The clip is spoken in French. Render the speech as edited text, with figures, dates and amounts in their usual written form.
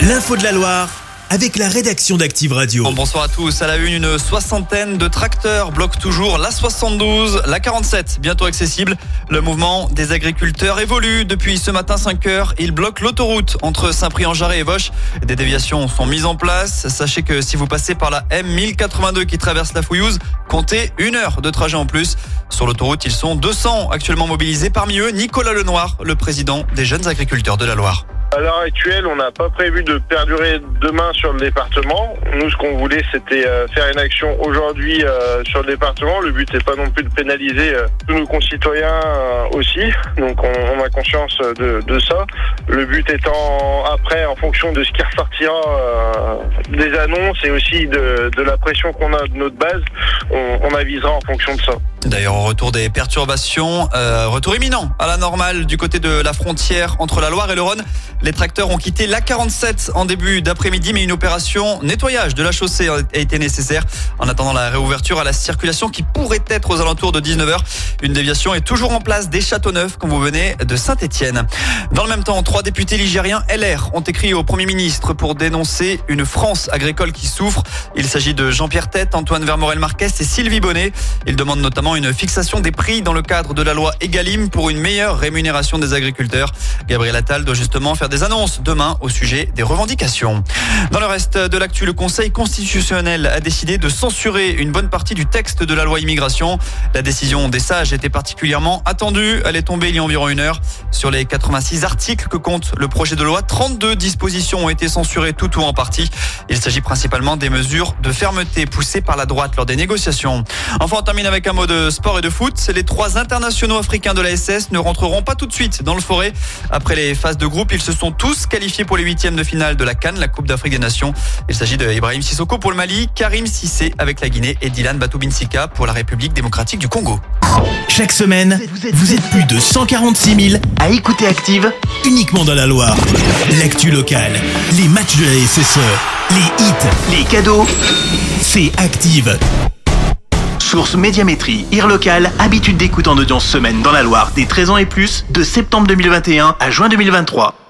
L'info de la Loire avec la rédaction d'Active Radio. Bonsoir à tous. À la une soixantaine de tracteurs bloquent toujours la 72, la 47, bientôt accessible. Le mouvement des agriculteurs évolue depuis ce matin 5h. Ils bloquent l'autoroute entre Saint-Prix-en-Jarret et Vosges. Des déviations sont mises en place. Sachez que si vous passez par la M1082 qui traverse la Fouillouse, comptez 1 heure de trajet en plus. Sur l'autoroute, ils sont 200 actuellement mobilisés. Parmi eux, Nicolas Lenoir, le président des jeunes agriculteurs de la Loire. À l'heure actuelle, on n'a pas prévu de perdurer demain sur le département. Nous, ce qu'on voulait, c'était faire une action aujourd'hui sur le département. Le but n'est pas non plus de pénaliser tous nos concitoyens aussi. Donc, on a conscience de ça. Le but étant, après, en fonction de ce qui ressortira des annonces et aussi de la pression qu'on a de notre base, on avisera en fonction de ça. D'ailleurs, au retour des perturbations, retour imminent à la normale du côté de la frontière entre la Loire et le Rhône. Les tracteurs ont quitté l'A47 en début d'après-midi, mais une opération nettoyage de la chaussée a été nécessaire. En attendant la réouverture à la circulation qui pourrait être aux alentours de 19h, une déviation est toujours en place des Châteauneuf quand vous venez de Saint-Étienne. Dans le même temps, 3 députés ligériens LR ont écrit au Premier ministre pour dénoncer une France agricole qui souffre. Il s'agit de Jean-Pierre Tête, Antoine Vermorel-Marquez et Sylvie Bonnet. Ils demandent notamment une fixation des prix dans le cadre de la loi Egalim pour une meilleure rémunération des agriculteurs. Gabriel Attal doit justement faire des annonces demain au sujet des revendications. Dans le reste de l'actu, le Conseil constitutionnel a décidé de censurer une bonne partie du texte de la loi immigration. La décision des sages était particulièrement attendue. Elle est tombée il y a environ 1 heure. Sur les 86 articles que compte le projet de loi, 32 dispositions ont été censurées tout ou en partie. Il s'agit principalement des mesures de fermeté poussées par la droite lors des négociations. Enfin, on termine avec un mot de sport et de foot. Les 3 internationaux africains de la SS ne rentreront pas tout de suite dans le forêt. Après les phases de groupe, ils se sont tous qualifiés pour les 8e de finale de la CAN, la Coupe d'Afrique des Nations. Il s'agit de Ibrahim Sissoko pour le Mali, Karim Cissé avec la Guinée et Dylan Batoubinsika pour la République démocratique du Congo. Chaque semaine, vous êtes plus de 146 000 à écouter Active uniquement dans la Loire. L'actu locale, les matchs de la SSE, les hits, les cadeaux, c'est Active. Source Médiamétrie, IR local, habitude d'écoute en audience semaine dans la Loire des 13 ans et plus, de septembre 2021 à juin 2023.